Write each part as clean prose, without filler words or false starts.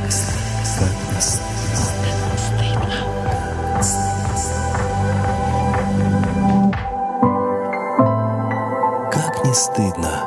Как не стыдно.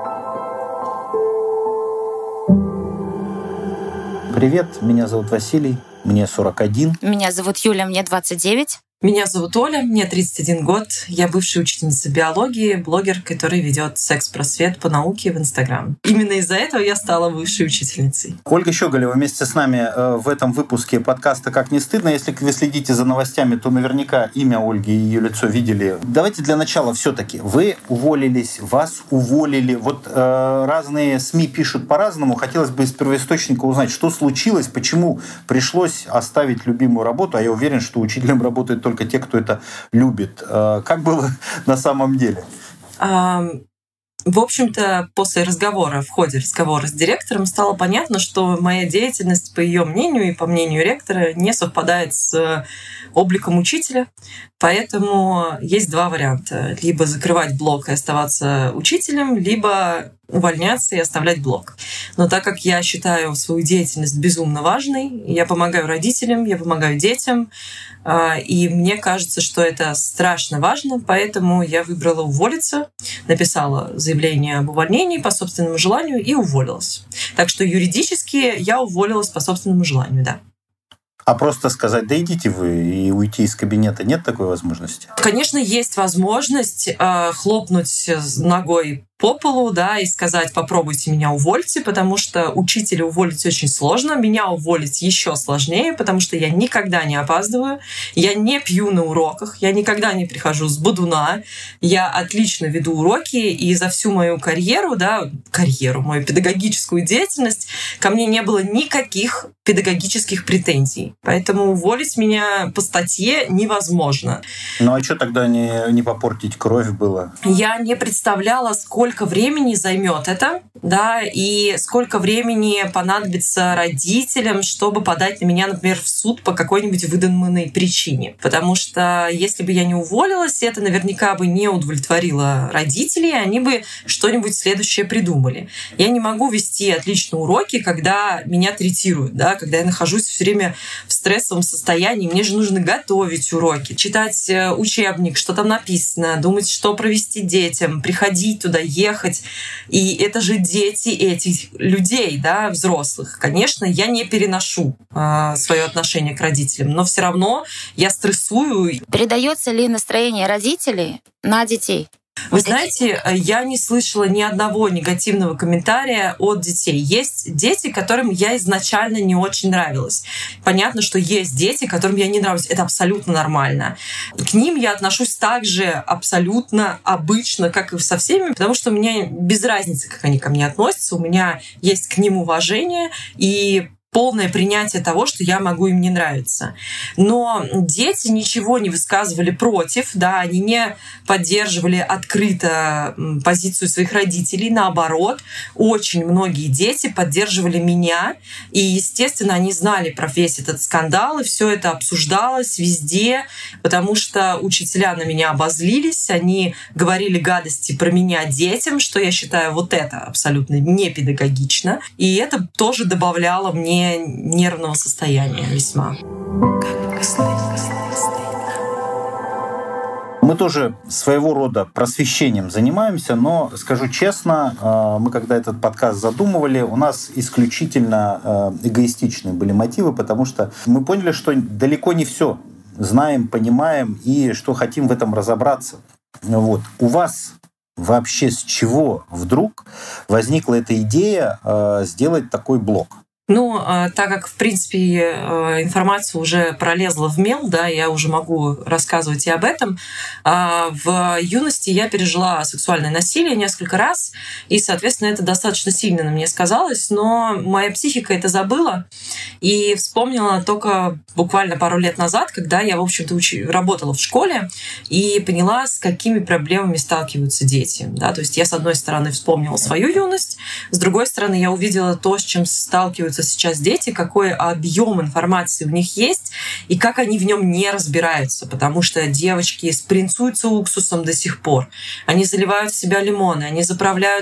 Привет, меня зовут Василий, мне 41. Меня зовут Юля, мне 29. Меня зовут Оля, мне 31 год. Я бывшая учительница биологии, блогер, который ведет секс-просвет по науке в Инстаграм. Именно из-за этого я стала высшей учительницей. Ольга Щеголева вместе с нами в этом выпуске подкаста «Как не стыдно». Если вы следите за новостями, то наверняка имя Ольги и ее лицо видели. Давайте для начала все-таки. Вы уволились, вас уволили. Вот разные СМИ пишут по-разному. Хотелось бы из первоисточника узнать, что случилось, почему пришлось оставить любимую работу. А я уверен, что учителем работает только те, кто это любит. Как было на самом деле? В общем-то, после разговора, в ходе разговора с директором стало понятно, что моя деятельность, по ее мнению и по мнению ректора, не совпадает с обликом учителя. Поэтому есть два варианта. Либо закрывать блог и оставаться учителем, либо увольняться и оставлять блог. Но так как я считаю свою деятельность безумно важной, я помогаю родителям, я помогаю детям, и мне кажется, что это страшно важно, поэтому я выбрала уволиться, написала заявление об увольнении по собственному желанию и уволилась. Так что юридически я уволилась по собственному желанию, да. А просто сказать, да идите вы и уйти из кабинета, нет такой возможности? Конечно, есть возможность хлопнуть ногой по полу, да, и сказать: попробуйте меня, увольте, потому что учителя уволить очень сложно, меня уволить еще сложнее, потому что я никогда не опаздываю, я не пью на уроках, я никогда не прихожу с бодуна, я отлично веду уроки, и за всю мою карьеру, мою педагогическую деятельность ко мне не было никаких педагогических претензий. Поэтому уволить меня по статье невозможно. Ну а что тогда не попортить кровь было? Я не представляла, сколько времени займет это, да, и сколько времени понадобится родителям, чтобы подать на меня, например, в суд по какой-нибудь выдуманной причине. Потому что если бы я не уволилась, это наверняка бы не удовлетворило родителей, они бы что-нибудь следующее придумали. Я не могу вести отличные уроки, когда меня третируют, да, когда я нахожусь все время в стрессовом состоянии, мне же нужно готовить уроки, читать учебник, что там написано, думать, что провести детям, приходить туда, ехать. И это же дети этих людей, да, взрослых. Конечно, я не переношу свое отношение к родителям, но все равно я стрессую. Передается ли настроение родителей на детей? Вы знаете, я не слышала ни одного негативного комментария от детей. Есть дети, которым я изначально не очень нравилась. Понятно, что есть дети, которым я не нравлюсь. Это абсолютно нормально. К ним я отношусь так же абсолютно обычно, как и со всеми, потому что мне без разницы, как они ко мне относятся. У меня есть к ним уважение и полное принятие того, что я могу им не нравиться. Но дети ничего не высказывали против, да, они не поддерживали открыто позицию своих родителей. Наоборот, очень многие дети поддерживали меня, и, естественно, они знали про весь этот скандал, и все это обсуждалось везде, потому что учителя на меня обозлились, они говорили гадости про меня детям, что я считаю вот это абсолютно не педагогично, и это тоже добавляло мне нервного состояния весьма. Мы тоже своего рода просвещением занимаемся, но, скажу честно, мы когда этот подкаст задумывали, у нас исключительно эгоистичные были мотивы, потому что мы поняли, что далеко не все знаем, понимаем и что хотим в этом разобраться. Вот. У вас вообще с чего вдруг возникла эта идея сделать такой блог? Ну, так как, в принципе, информация уже пролезла в мел, да, я уже могу рассказывать и об этом. В юности я пережила сексуальное насилие несколько раз, и, соответственно, это достаточно сильно на мне сказалось, но моя психика это забыла и вспомнила только буквально пару лет назад, когда я, в общем-то, работала в школе и поняла, с какими проблемами сталкиваются дети. Да? То есть я, с одной стороны, вспомнила свою юность, с другой стороны, я увидела то, с чем сталкиваются сейчас дети, какой объем информации у них есть, и как они в нем не разбираются, потому что девочки спринцуются уксусом до сих пор, они заливают в себя лимоны, они заправляют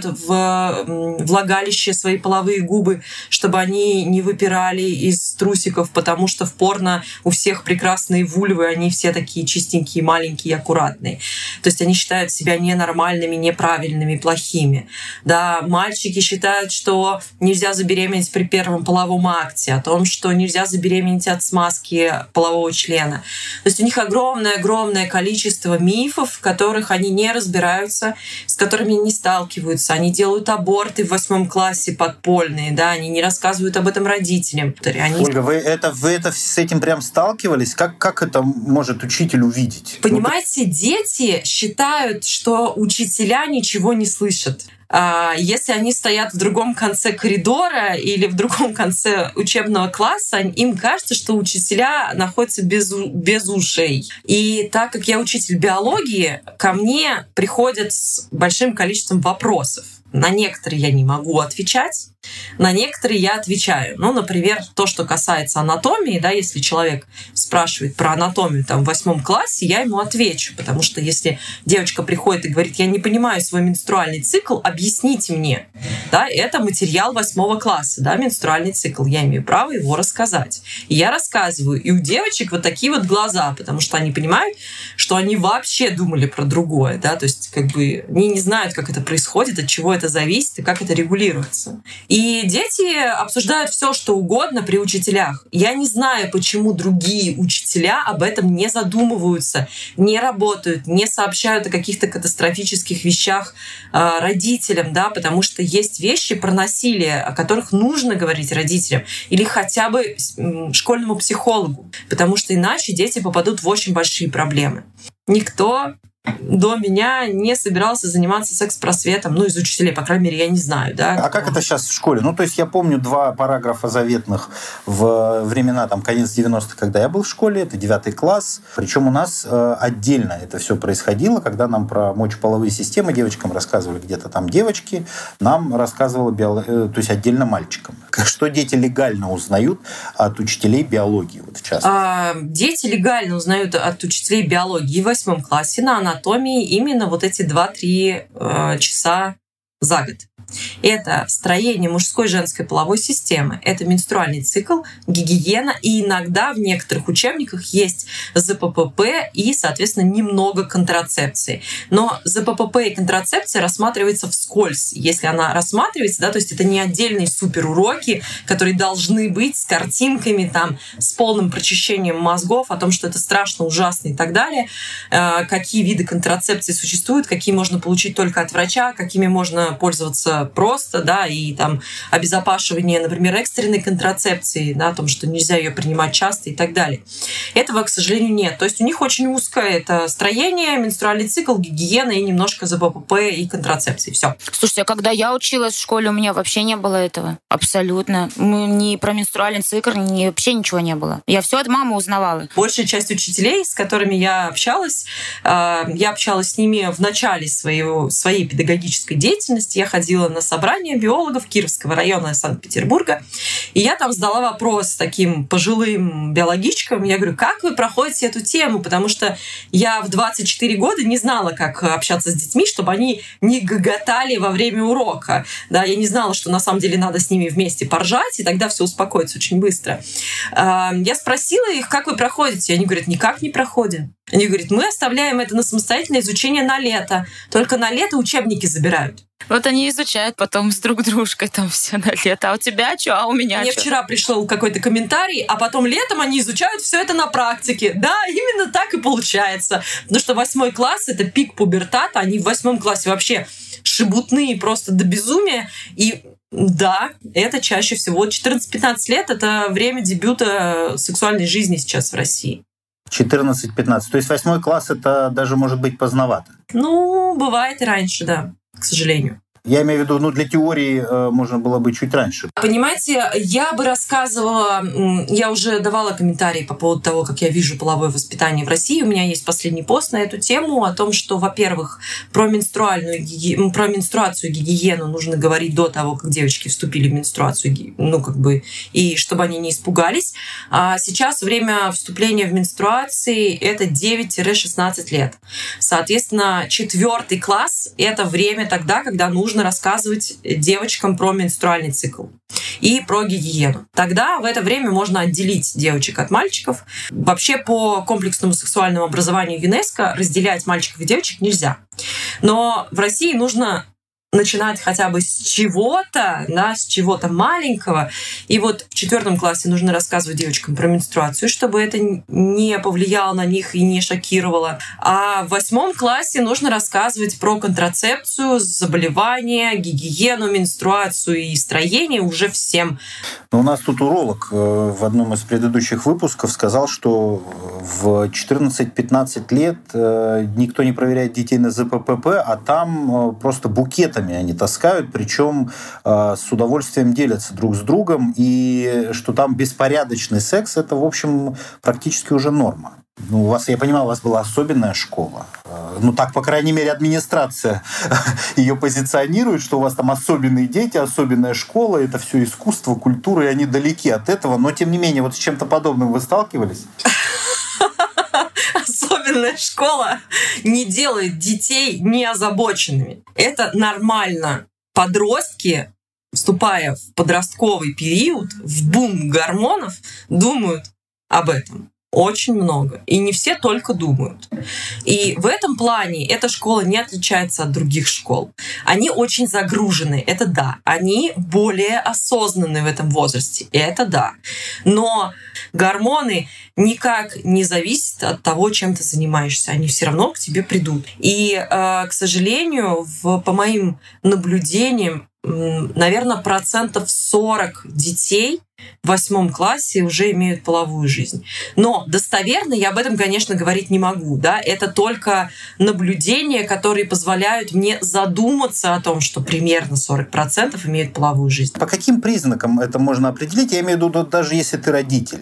в влагалище свои половые губы, чтобы они не выпирали из трусиков, потому что в порно у всех прекрасные вульвы, они все такие чистенькие, маленькие, аккуратные. То есть они считают себя ненормальными, неправильными, плохими. Да, мальчики считают, что нельзя забеременеть при первом половом акте, о том, что нельзя забеременеть от смазки полового члена. То есть у них огромное количество мифов, в которых они не разбираются, с которыми не сталкиваются. Они делают аборты в 8 классе подпольные, да, они не рассказывают об этом родителям. Ольга, вы это с этим прям сталкивались? Как это может учитель увидеть? Понимаете, дети считают, что учителя ничего не слышат. Если они стоят в другом конце коридора или в другом конце учебного класса, им кажется, что учителя находятся без ушей. И так как я учитель биологии, ко мне приходят с большим количеством вопросов. На некоторые я не могу отвечать, на некоторые я отвечаю. Ну, например, то, что касается анатомии, да, если человек спрашивает про анатомию там, в 8 классе, я ему отвечу, потому что если девочка приходит и говорит, я не понимаю свой менструальный цикл, объясните мне. Да, это материал 8 класса, да, менструальный цикл, я имею право его рассказать. И я рассказываю, и у девочек вот такие вот глаза, потому что они понимают, что они вообще думали про другое, да, то есть как бы они не знают, как это происходит, от чего это зависит и как это регулируется. И дети обсуждают все, что угодно при учителях. Я не знаю, почему другие учителя об этом не задумываются, не работают, не сообщают о каких-то катастрофических вещах родителям, да, потому что есть вещи про насилие, о которых нужно говорить родителям или хотя бы школьному психологу, потому что иначе дети попадут в очень большие проблемы. Никто до меня не собирался заниматься секс-просветом, ну, из учителей, по крайней мере, я не знаю, да. А как это сейчас в школе? Ну, то есть я помню 2 параграфа заветных в времена, там, конец 90-х, когда я был в школе, это 9 класс. Причем у нас отдельно это все происходило, когда нам про мочеполовые системы девочкам рассказывали где-то там девочки, нам рассказывала то есть отдельно мальчикам. Что дети легально узнают от учителей биологии, вот в частности? Дети легально узнают от учителей биологии в 8 классе на анатомии именно вот эти 2-3 часа за год. Это строение мужской и женской половой системы, это менструальный цикл, гигиена, и иногда в некоторых учебниках есть ЗППП и, соответственно, немного контрацепции. Но ЗППП и контрацепция рассматривается вскользь. Если она рассматривается, да, то есть это не отдельные суперуроки, которые должны быть с картинками, там, с полным прочищением мозгов о том, что это страшно, ужасно и так далее, какие виды контрацепции существуют, какие можно получить только от врача, какими можно пользоваться просто, да, и там обезопашивание, например, экстренной контрацепции, да, о том, что нельзя ее принимать часто и так далее. Этого, к сожалению, нет. То есть у них очень узкое это строение, менструальный цикл, гигиена и немножко ЗППП и контрацепции. Все. Слушайте, а когда я училась в школе, у меня вообще не было этого. Абсолютно. Ни про менструальный цикл, вообще ничего не было. Я все от мамы узнавала. Большая часть учителей, с которыми я общалась с ними в начале своей педагогической деятельности. Я ходила на собрание биологов Кировского района Санкт-Петербурга, и я там задала вопрос таким пожилым биологичкам. Я говорю, как вы проходите эту тему? Потому что я в 24 года не знала, как общаться с детьми, чтобы они не гоготали во время урока. Да, я не знала, что на самом деле надо с ними вместе поржать, и тогда все успокоится очень быстро. Я спросила их, как вы проходите? Они говорят, никак не проходим. Они говорят, мы оставляем это на самостоятельное изучение на лето. Только на лето учебники забирают. Вот они изучают потом с друг дружкой там все на лето. А у тебя что? А у меня Мне что? вчера пришел какой-то комментарий, а потом летом они изучают все это на практике. Да, именно так и получается. Потому что 8 класс — это пик пубертата. Они в 8 классе вообще шебутные просто до безумия. И да, это чаще всего 14-15 лет — это время дебюта сексуальной жизни сейчас в России. 14-15. То есть 8 класс это даже может быть поздновато. Ну, бывает и раньше, да, к сожалению. Я имею в виду, для теории можно было бы чуть раньше. Понимаете, я бы рассказывала, я уже давала комментарии по поводу того, как я вижу половое воспитание в России. У меня есть последний пост на эту тему о том, что, во-первых, про менструацию и гигиену нужно говорить до того, как девочки вступили в менструацию, и чтобы они не испугались. А сейчас время вступления в менструации — это 9-16 лет. Соответственно, 4 класс — это время тогда, когда нужно рассказывать девочкам про менструальный цикл и про гигиену. Тогда в это время можно отделить девочек от мальчиков. Вообще по комплексному сексуальному образованию ЮНЕСКО разделять мальчиков и девочек нельзя. Но в России нужно начинать хотя бы с чего-то маленького. И вот в 4 классе нужно рассказывать девочкам про менструацию, чтобы это не повлияло на них и не шокировало. А в 8 классе нужно рассказывать про контрацепцию, заболевания, гигиену, менструацию и строение уже всем. У нас тут уролог в одном из предыдущих выпусков сказал, что в 14-15 лет никто не проверяет детей на ЗППП, а там просто букетами они таскают, причем с удовольствием делятся друг с другом, и что там беспорядочный секс — это, в общем, практически уже норма. Я понимаю, у вас была особенная школа. Так, по крайней мере, администрация ее позиционирует, что у вас там особенные дети, особенная школа, это все искусство, культура, и они далеки от этого. Но, тем не менее, с чем-то подобным вы сталкивались? Особенная школа не делает детей неозабоченными. Это нормально. Подростки, вступая в подростковый период, в бум гормонов, думают об этом очень много. И не все только думают. И в этом плане эта школа не отличается от других школ. Они очень загружены, это да. Они более осознанны в этом возрасте, это да. Но гормоны никак не зависят от того, чем ты занимаешься. Они все равно к тебе придут. И, к сожалению, по моим наблюдениям, наверное, 40% детей в 8 классе уже имеют половую жизнь. Но достоверно я об этом, конечно, говорить не могу. Да? Это только наблюдения, которые позволяют мне задуматься о том, что примерно 40% имеют половую жизнь. По каким признакам это можно определить? Я имею в виду, даже если ты родитель.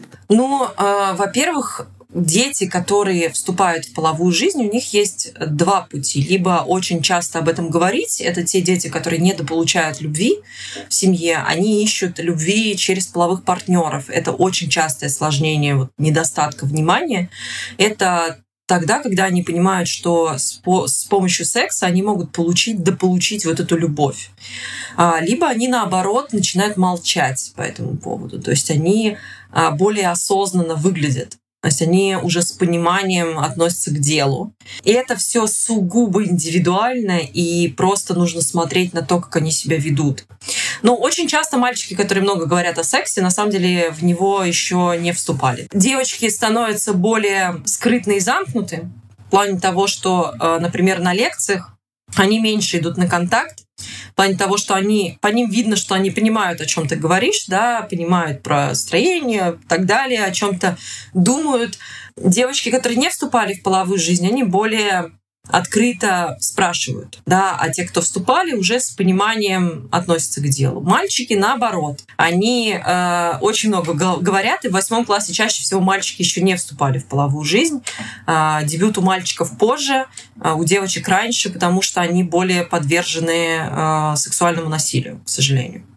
Во-первых, дети, которые вступают в половую жизнь, у них есть 2 пути. Либо очень часто об этом говорить, это те дети, которые недополучают любви в семье, они ищут любви через половых партнеров. Это очень частое осложнение недостатка внимания. Это тогда, когда они понимают, что с помощью секса они могут дополучить эту любовь. Либо они, наоборот, начинают молчать по этому поводу. То есть они более осознанно выглядят. То есть они уже с пониманием относятся к делу. И это все сугубо индивидуально, и просто нужно смотреть на то, как они себя ведут. Но очень часто мальчики, которые много говорят о сексе, на самом деле в него еще не вступали. Девочки становятся более скрытны и замкнуты в плане того, что, например, на лекциях они меньше идут на контакт, в плане того, что по ним видно, что они понимают, о чем ты говоришь, да, понимают про строение и так далее, о чем-то думают. Девочки, которые не вступали в половую жизнь, они более открыто спрашивают, да, а те, кто вступали, уже с пониманием относятся к делу. Мальчики, наоборот, они очень много говорят, и в 8 классе чаще всего мальчики еще не вступали в половую жизнь. Дебют у мальчиков позже, у девочек раньше, потому что они более подвержены сексуальному насилию, к сожалению.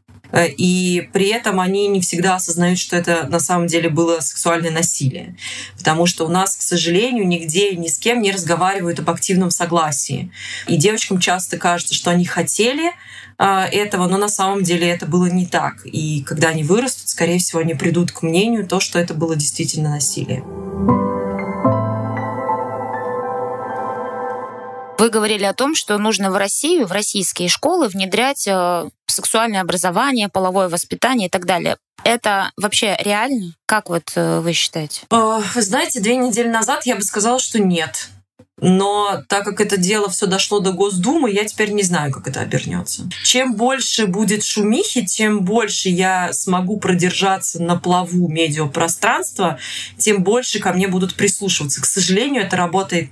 И при этом они не всегда осознают, что это на самом деле было сексуальное насилие. Потому что у нас, к сожалению, нигде ни с кем не разговаривают об активном согласии. И девочкам часто кажется, что они хотели этого, но на самом деле это было не так. И когда они вырастут, скорее всего, они придут к мнению, что это было действительно насилие. Вы говорили о том, что нужно в Россию, в российские школы внедрять сексуальное образование, половое воспитание и так далее. Это вообще реально? Как вы считаете? Вы знаете, 2 недели назад я бы сказала, что нет. Но так как это дело все дошло до Госдумы, я теперь не знаю, как это обернется. Чем больше будет шумихи, тем больше я смогу продержаться на плаву медиапространства, тем больше ко мне будут прислушиваться. К сожалению, это работает так.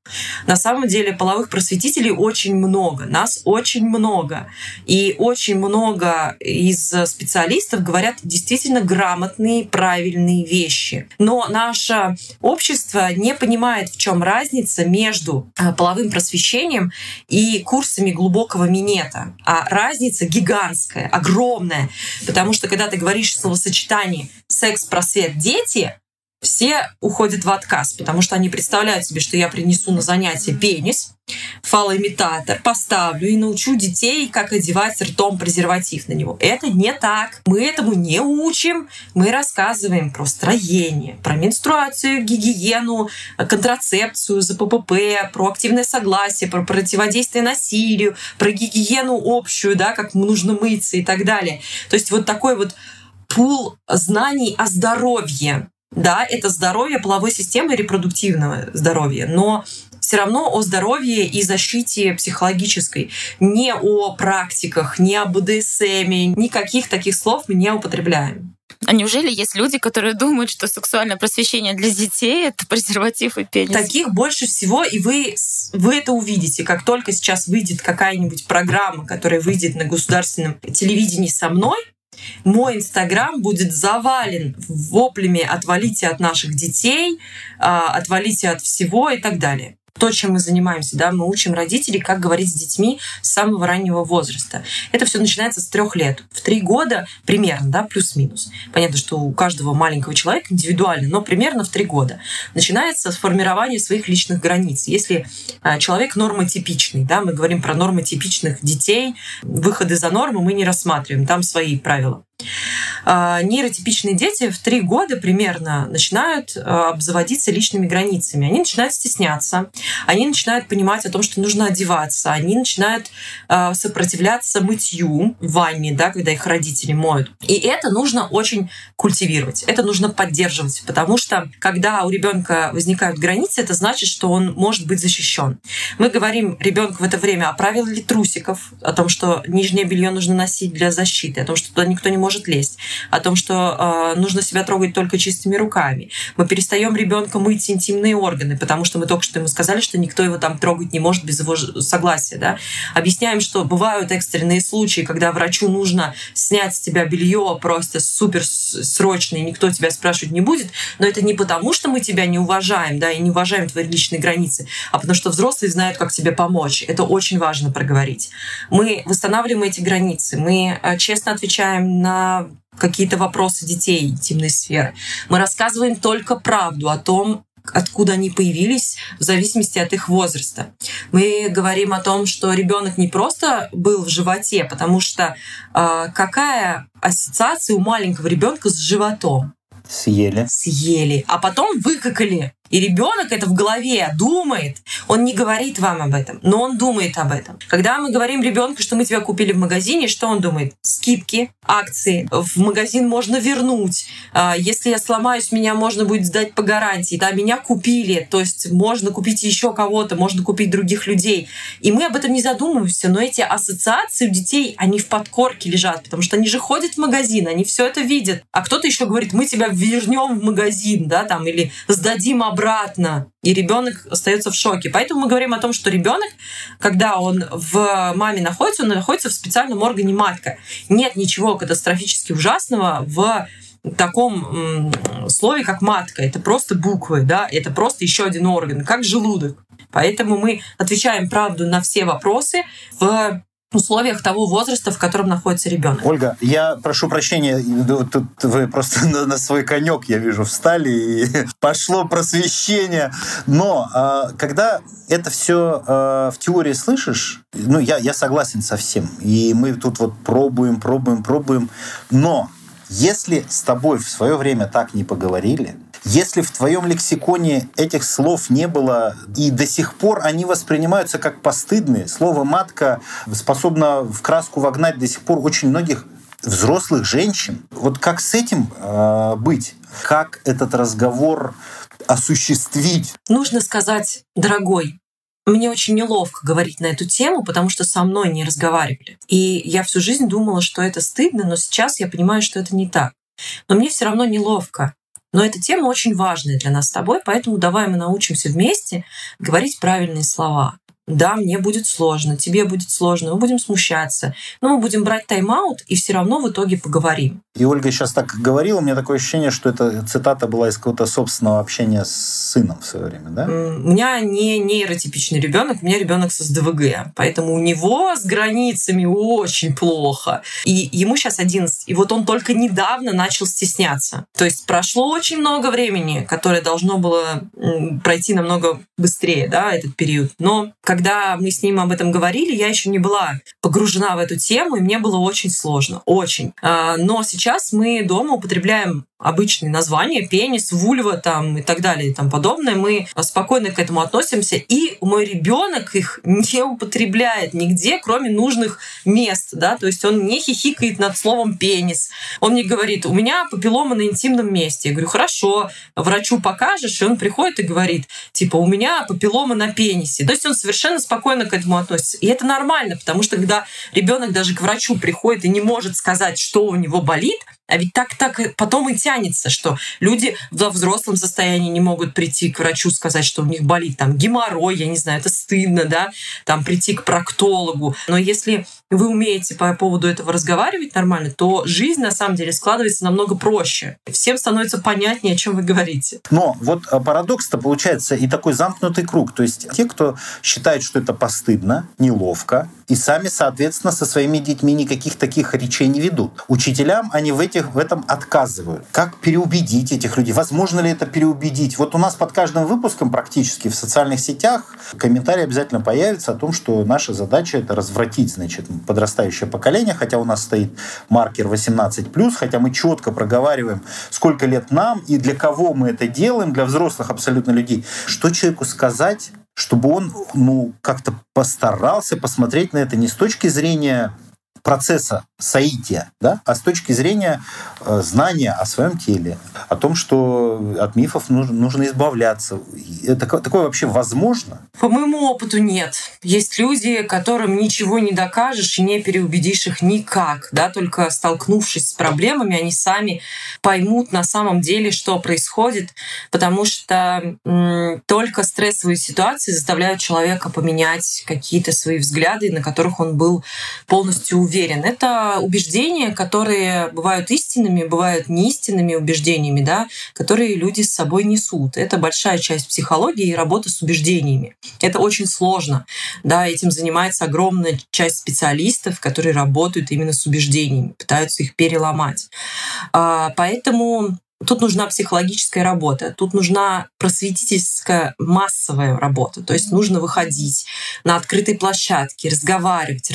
На самом деле половых просветителей очень много, нас очень много. И очень много из специалистов говорят действительно грамотные, правильные вещи. Но наше общество не понимает, в чем разница между половым просвещением и курсами глубокого минета. А разница гигантская, огромная. Потому что когда ты говоришь словосочетание «секс, просвет, дети», все уходят в отказ, потому что они представляют себе, что я принесу на занятие пенис, фалоимитатор, поставлю и научу детей, как одевать ртом презерватив на него. Это не так. Мы этому не учим. Мы рассказываем про строение, про менструацию, гигиену, контрацепцию, ЗППП, про активное согласие, про противодействие насилию, про гигиену общую, да, как нужно мыться и так далее. То есть вот такой вот пул знаний о здоровье. Да, это здоровье половой системы и репродуктивного здоровья, но все равно о здоровье и защите психологической. Не о практиках, не о БДСМе, никаких таких слов мы не употребляем. А неужели есть люди, которые думают, что сексуальное просвещение для детей — это презерватив и пенис? Таких больше всего, и вы это увидите. Как только сейчас выйдет какая-нибудь программа, которая выйдет на государственном телевидении со мной, мой Инстаграм будет завален воплями «отвалите от наших детей», «отвалите от всего» и так далее. То, чем мы занимаемся, да, мы учим родителей, как говорить с детьми с самого раннего возраста. Это все начинается с 3 лет. В 3 года примерно, да, плюс-минус. Понятно, что у каждого маленького человека индивидуально, но примерно в 3 года начинается формирование своих личных границ. Если человек нормотипичный, да, мы говорим про нормотипичных детей, выходы за норму мы не рассматриваем, там свои правила. Нейротипичные дети в 3 года примерно начинают обзаводиться личными границами. Они начинают стесняться, они начинают понимать о том, что нужно одеваться, они начинают сопротивляться мытью в ванне, да, когда их родители моют. И это нужно очень культивировать, это нужно поддерживать, потому что когда у ребенка возникают границы, это значит, что он может быть защищен. Мы говорим ребенку в это время о правилах трусиков, о том, что нижнее белье нужно носить для защиты, о том, что туда никто не может лезть, о том, что нужно себя трогать только чистыми руками. Мы перестаем ребенка мыть интимные органы, потому что мы только что ему сказали, что никто его там трогать не может без его согласия. Да? Объясняем, что бывают экстренные случаи, когда врачу нужно снять с тебя белье просто супер срочно, и никто тебя спрашивать не будет. Но это не потому, что мы тебя не уважаем, да, и не уважаем твои личные границы, а потому что взрослые знают, как тебе помочь. Это очень важно проговорить. Мы восстанавливаем эти границы, мы честно отвечаем на какие-то вопросы детей интимной сферы. Мы рассказываем только правду о том, откуда они появились, в зависимости от их возраста. Мы говорим о том, что ребенок не просто был в животе, потому что какая ассоциация у маленького ребенка с животом? Съели, а потом выкакали. И ребенок это в голове думает, он не говорит вам об этом, но он думает об этом. Когда мы говорим ребенку, что мы тебя купили в магазине, что он думает? Скидки, акции, в магазин можно вернуть. Если я сломаюсь, меня можно будет сдать по гарантии. Да, меня купили, то есть можно купить еще кого-то, можно купить других людей. И мы об этом не задумываемся, но эти ассоциации у детей, они в подкорке лежат, потому что они же ходят в магазин, они все это видят. А кто-то еще говорит, мы тебя вернем в магазин, да, там, или сдадим обратно. И ребенок остается в шоке. Поэтому мы говорим о том, что ребенок, когда он в маме находится, он находится в специальном органе матка. Нет ничего катастрофически ужасного в таком слове, как матка. Это просто буквы, да, это просто еще один орган, как желудок. Поэтому мы отвечаем правду на все вопросы в условиях того возраста, в котором находится ребенок. Ольга, я прошу прощения, тут вы просто на свой конек, я вижу, встали, и пошло просвещение. Но когда это все в теории слышишь, ну, я согласен со всем. И мы тут вот пробуем. Но если с тобой в свое время так не поговорили, если в твоем лексиконе этих слов не было, и до сих пор они воспринимаются как постыдные, слово «матка» способно в краску вогнать до сих пор очень многих взрослых женщин. Вот как с этим быть? Как этот разговор осуществить? Нужно сказать, дорогой, мне очень неловко говорить на эту тему, потому что со мной не разговаривали. И я всю жизнь думала, что это стыдно, но сейчас я понимаю, что это не так. Но мне все равно неловко. Но эта тема очень важная для нас с тобой, поэтому давай мы научимся вместе говорить правильные слова. Да, мне будет сложно, тебе будет сложно, мы будем смущаться, но мы будем брать тайм-аут и все равно в итоге поговорим. И Ольга сейчас так говорила, у меня такое ощущение, что эта цитата была из какого-то собственного общения с сыном в свое время, да? У меня не нейротипичный ребенок, у меня ребенок с СДВГ, поэтому у него с границами очень плохо. И ему сейчас 11, и вот он только недавно начал стесняться. То есть прошло очень много времени, которое должно было пройти намного быстрее, да, этот период. Но когда мы с ним об этом говорили, я еще не была погружена в эту тему, и мне было очень сложно, очень. Но сейчас мы дома употребляем обычные названия, пенис, вульва там, и так далее и тому подобное. Мы спокойно к этому относимся, и мой ребенок их не употребляет нигде, кроме нужных мест. Да? То есть он не хихикает над словом «пенис». Он мне говорит: у меня папиллома на интимном месте. Я говорю: хорошо, врачу покажешь? И он приходит и говорит, типа, у меня папиллома на пенисе. То есть он совершенно спокойно к этому относится. И это нормально, потому что когда ребенок даже к врачу приходит и не может сказать, что у него болит, а ведь так потом и тянется, что люди во взрослом состоянии не могут прийти к врачу, сказать, что у них болит там геморрой, я не знаю, это стыдно, да, там прийти к проктологу. Но если вы умеете по поводу этого разговаривать нормально, то жизнь на самом деле складывается намного проще. Всем становится понятнее, о чем вы говорите. Но вот парадокс-то получается и такой замкнутый круг. То есть те, кто считает, что это постыдно, неловко, и сами, соответственно, со своими детьми никаких таких речей не ведут. Учителям они в этом отказывают. Как переубедить этих людей? Возможно ли это переубедить? Вот у нас под каждым выпуском практически в социальных сетях комментарий обязательно появится о том, что наша задача — это развратить, значит, подрастающее поколение, хотя у нас стоит маркер 18+, хотя мы четко проговариваем, сколько лет нам и для кого мы это делаем, для взрослых абсолютно людей. Что человеку сказать, чтобы он как-то постарался посмотреть на это не с точки зрения процесса соития, да, а с точки зрения знания о своем теле, о том, что от мифов нужно избавляться. Такое вообще возможно? По моему опыту нет. Есть люди, которым ничего не докажешь и не переубедишь их никак. Да? Только столкнувшись с проблемами, они сами поймут на самом деле, что происходит, потому что только стрессовые ситуации заставляют человека поменять какие-то свои взгляды, на которых он был полностью уверен. Это убеждения, которые бывают истинными, бывают неистинными убеждениями, да, которые люди с собой несут. Это большая часть психологии и работы с убеждениями. Это очень сложно. Да, этим занимается огромная часть специалистов, которые работают именно с убеждениями, пытаются их переломать. Поэтому тут нужна психологическая работа, тут нужна просветительская массовая работа. То есть нужно выходить на открытой площадке, разговаривать,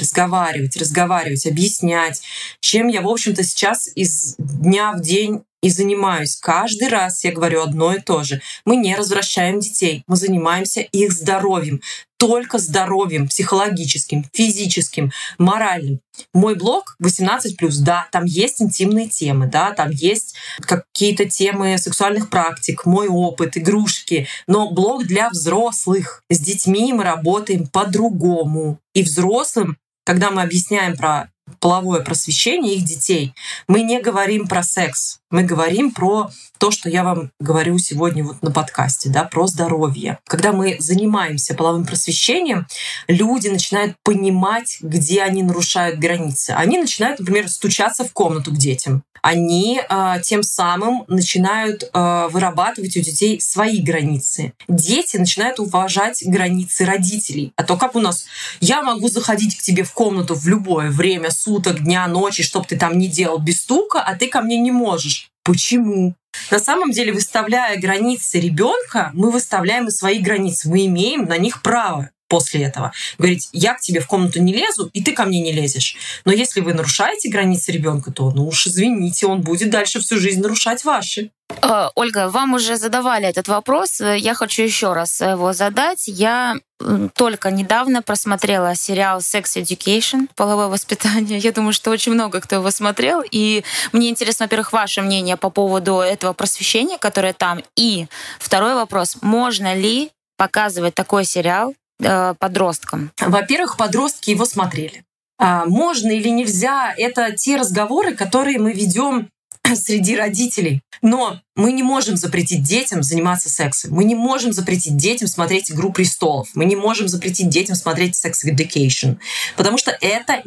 объяснять, чем я, в общем-то, сейчас из дня в день и занимаюсь. Каждый раз я говорю одно и то же. Мы не развращаем детей, мы занимаемся их здоровьем. Только здоровьем психологическим, физическим, моральным. Мой блог 18+, да, там есть интимные темы, да, там есть какие-то темы сексуальных практик, мой опыт, игрушки, но блог для взрослых. С детьми мы работаем по-другому. И взрослым, когда мы объясняем про половое просвещение их детей, мы не говорим про секс, мы говорим про то, что я вам говорю сегодня вот на подкасте, да, про здоровье. Когда мы занимаемся половым просвещением, люди начинают понимать, где они нарушают границы. Они начинают, например, стучаться в комнату к детям. Они тем самым начинают вырабатывать у детей свои границы. Дети начинают уважать границы родителей. А то как у нас: я могу заходить к тебе в комнату в любое время суток, дня, ночи, чтоб ты там не делал без стука, а ты ко мне не можешь. Почему? На самом деле, выставляя границы ребенка, мы выставляем и свои границы. Мы имеем на них право после этого говорить: я к тебе в комнату не лезу, и ты ко мне не лезешь. Но если вы нарушаете границы ребенка, то, уж извините, он будет дальше всю жизнь нарушать ваши. Ольга, вам уже задавали этот вопрос. Я хочу еще раз его задать. Я только недавно просмотрела сериал Sex Education, половое воспитание. Я думаю, что очень много кто его смотрел. И мне интересно, во-первых, ваше мнение по поводу этого просвещения, которое там. И второй вопрос: можно ли показывать такой сериал подросткам? Во-первых, подростки его смотрели. Можно или нельзя — это те разговоры, которые мы ведем среди родителей. Но мы не можем запретить детям заниматься сексом. Мы не можем запретить детям смотреть «Игру престолов». Мы не можем запретить детям смотреть «Sex Education». Потому что это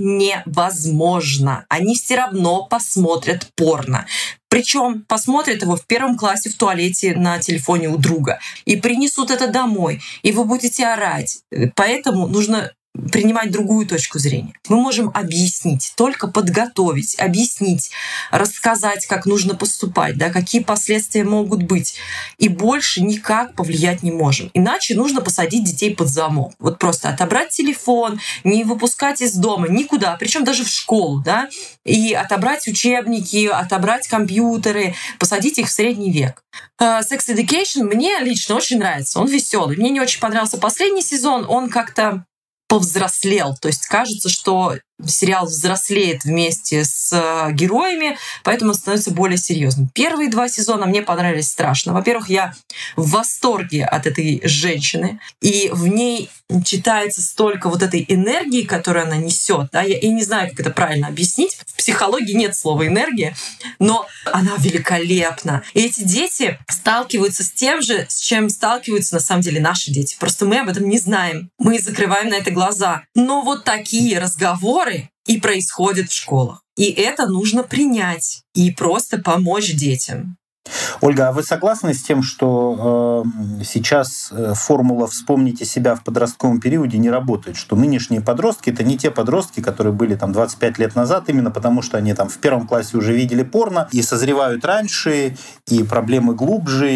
невозможно. Они все равно посмотрят порно. Причем посмотрят его в 1 классе в туалете на телефоне у друга. И принесут это домой. И вы будете орать. Поэтому нужно принимать другую точку зрения. Мы можем объяснить, только подготовить, объяснить, рассказать, как нужно поступать, да, какие последствия могут быть. И больше никак повлиять не можем. Иначе нужно посадить детей под замок. Вот просто отобрать телефон, не выпускать из дома никуда, причем даже в школу, да, и отобрать учебники, отобрать компьютеры, посадить их в средний век. Sex Education мне лично очень нравится. Он веселый. Мне не очень понравился последний сезон. Он как-то повзрослел. То есть кажется, что сериал взрослеет вместе с героями, поэтому он становится более серьезным. Первые 2 сезона мне понравились страшно. Во-первых, я в восторге от этой женщины, и в ней читается столько вот этой энергии, которую она несет. Да? Я не знаю, как это правильно объяснить. В психологии нет слова «энергия», но она великолепна. И эти дети сталкиваются с тем же, с чем сталкиваются на самом деле наши дети. Просто мы об этом не знаем. Мы закрываем на это глаза. Но вот такие разговоры и происходят в школах. И это нужно принять и просто помочь детям. Ольга, а вы согласны с тем, что сейчас формула «вспомните себя в подростковом периоде» не работает? Что нынешние подростки — это не те подростки, которые были там 25 лет назад, именно потому что они там в 1 классе уже видели порно и созревают раньше, и проблемы глубже,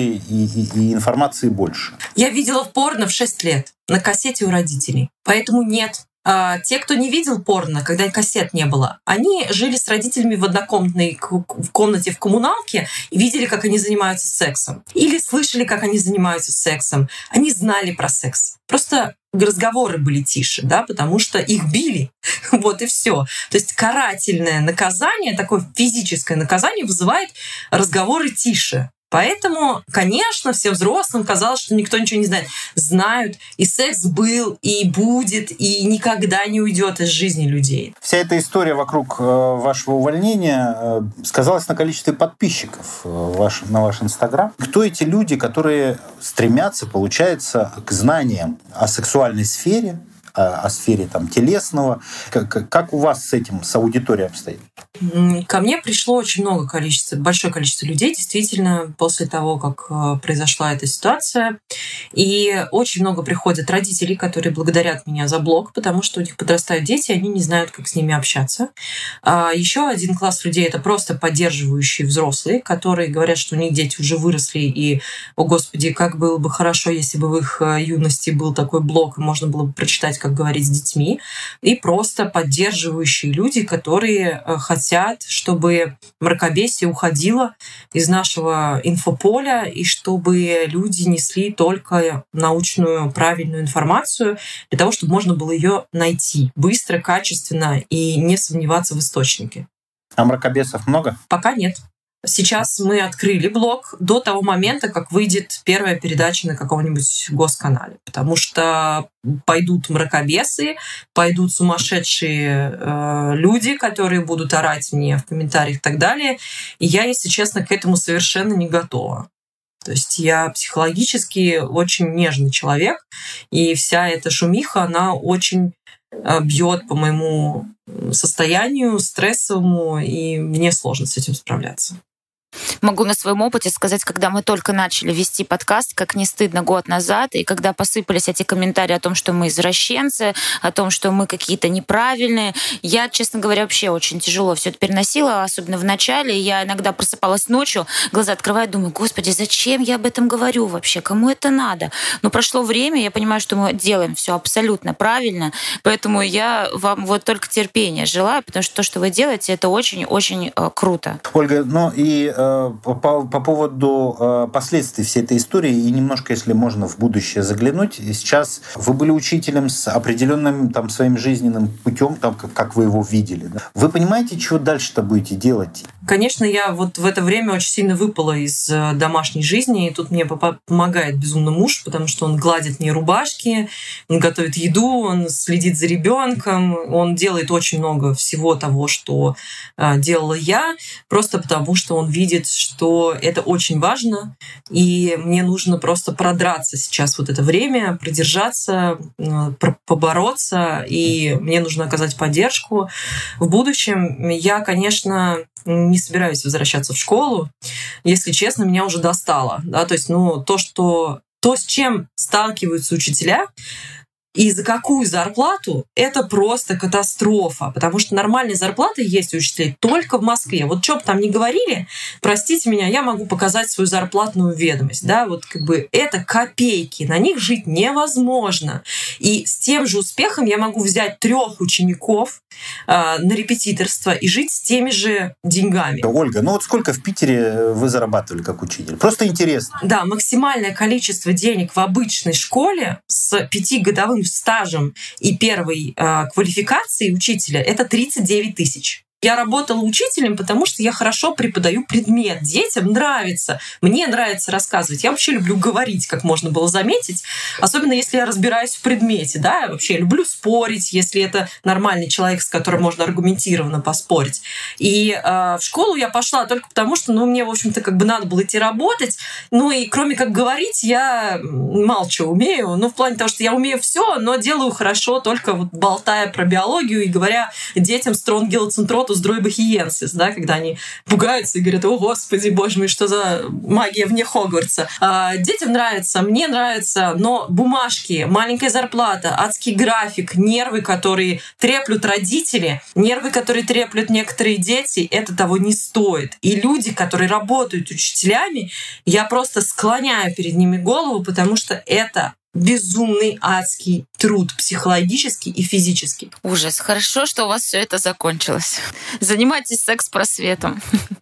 и информации больше? Я видела порно в 6 лет на кассете у родителей. Поэтому нет. Те, кто не видел порно, когда кассет не было, они жили с родителями в однокомнатной комнате в коммуналке и видели, как они занимаются сексом. Или слышали, как они занимаются сексом. Они знали про секс. Просто разговоры были тише, да, потому что их били. Вот и все. То есть карательное наказание, такое физическое наказание вызывает разговоры тише. Поэтому, конечно, всем взрослым казалось, что никто ничего не знает. Знают, и секс был, и будет, и никогда не уйдет из жизни людей. Вся эта история вокруг вашего увольнения сказалась на количестве подписчиков на ваш Инстаграм. Кто эти люди, которые стремятся, получается, к знаниям о сексуальной сфере, о сфере там, телесного? Как у вас с этим, с аудиторией обстоит? Ко мне пришло большое количество людей, действительно, после того, как произошла эта ситуация. И очень много приходят родителей, которые благодарят меня за блог, потому что у них подрастают дети, они не знают, как с ними общаться. Еще один класс людей — это просто поддерживающие взрослые, которые говорят, что у них дети уже выросли, и, о господи, как было бы хорошо, если бы в их юности был такой блог, и можно было бы прочитать, как говорить с детьми. И просто поддерживающие люди, которые хотят, чтобы мракобесие уходило из нашего инфополя, и чтобы люди несли только научную, правильную информацию для того, чтобы можно было ее найти быстро, качественно и не сомневаться в источнике. А мракобесов много? Пока нет. Сейчас мы открыли блог до того момента, как выйдет первая передача на каком-нибудь госканале. Потому что пойдут мракобесы, пойдут сумасшедшие люди, которые будут орать мне в комментариях и так далее. И я, если честно, к этому совершенно не готова. То есть я психологически очень нежный человек, и вся эта шумиха, она очень бьет по моему состоянию стрессовому, и мне сложно с этим справляться. Могу на своем опыте сказать, когда мы только начали вести подкаст, как не стыдно, год назад, и когда посыпались эти комментарии о том, что мы извращенцы, о том, что мы какие-то неправильные, я, честно говоря, вообще очень тяжело все это переносила, особенно в начале. Я иногда просыпалась ночью, глаза открываю, думаю, господи, зачем я об этом говорю вообще? Кому это надо? Но прошло время, я понимаю, что мы делаем все абсолютно правильно, поэтому я вам вот только терпения желаю, потому что то, что вы делаете, это очень-очень круто. Ольга, ну и по поводу последствий всей этой истории и немножко, если можно, в будущее заглянуть. Сейчас вы были учителем с определенным там своим жизненным путем, там, как вы его видели. Да? Вы понимаете, что дальше-то будете делать? Конечно, я вот в это время очень сильно выпала из домашней жизни, и тут мне помогает безумно муж, потому что он гладит мне рубашки, он готовит еду, он следит за ребенком, он делает очень много всего того, что делала я, просто потому что он видит, что это очень важно, и мне нужно просто продраться сейчас вот это время, продержаться, побороться, и мне нужно оказать поддержку. В будущем я, конечно, не собираюсь возвращаться в школу. Если честно, меня уже достало. Да? То есть, то, с чем сталкиваются учителя, и за какую зарплату, это просто катастрофа. Потому что нормальные зарплаты есть у учителей только в Москве. Вот что бы там ни говорили, простите меня, я могу показать свою зарплатную ведомость. Да? Вот это копейки. На них жить невозможно. И с тем же успехом я могу взять 3 учеников на репетиторство и жить с теми же деньгами. Ольга, вот сколько в Питере вы зарабатывали как учитель? Просто интересно. Да, максимальное количество денег в обычной школе с 5-годовым стажем и первой квалификацией учителя — это 39 тысяч. Я работала учителем, потому что я хорошо преподаю предмет. Детям нравится. Мне нравится рассказывать. Я вообще люблю говорить, как можно было заметить. Особенно если я разбираюсь в предмете. Да? Я вообще люблю спорить, если это нормальный человек, с которым можно аргументированно поспорить. И в школу я пошла только потому, что мне, в общем-то, надо было идти работать. И кроме как говорить, я мало чего умею. В плане того, что я умею все, но делаю хорошо, только болтая про биологию и говоря детям стронгилоцентротус дройбахиенсис, да, когда они пугаются и говорят: о, Господи, Боже мой, что за магия вне Хогвартса. Детям нравится, мне нравится, но бумажки, маленькая зарплата, адский график, нервы, которые треплют родители, нервы, которые треплют некоторые дети, это того не стоит. И люди, которые работают учителями, я просто склоняю перед ними голову, потому что это безумный адский труд психологический и физический. Ужас. Хорошо, что у вас все это закончилось. Занимайтесь секс-просветом.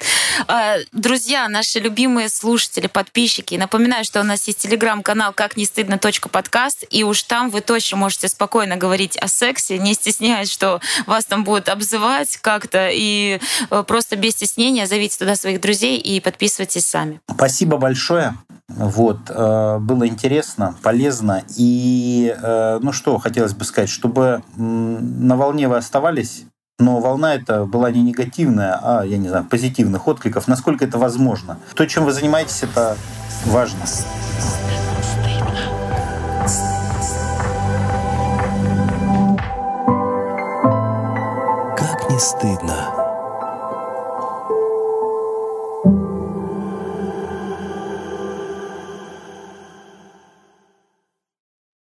Друзья, наши любимые слушатели, подписчики, напоминаю, что у нас есть телеграм-канал «Как не стыдно. Подкаст», и уж там вы точно можете спокойно говорить о сексе, не стесняясь, что вас там будут обзывать как-то, и просто без стеснения зовите туда своих друзей и подписывайтесь сами. Спасибо большое. Было интересно, полезно. И, что хотелось бы сказать, чтобы на волне вы оставались, но волна эта была не негативная, а, я не знаю, позитивных откликов. Насколько это возможно? То, чем вы занимаетесь, это важно. Как не стыдно.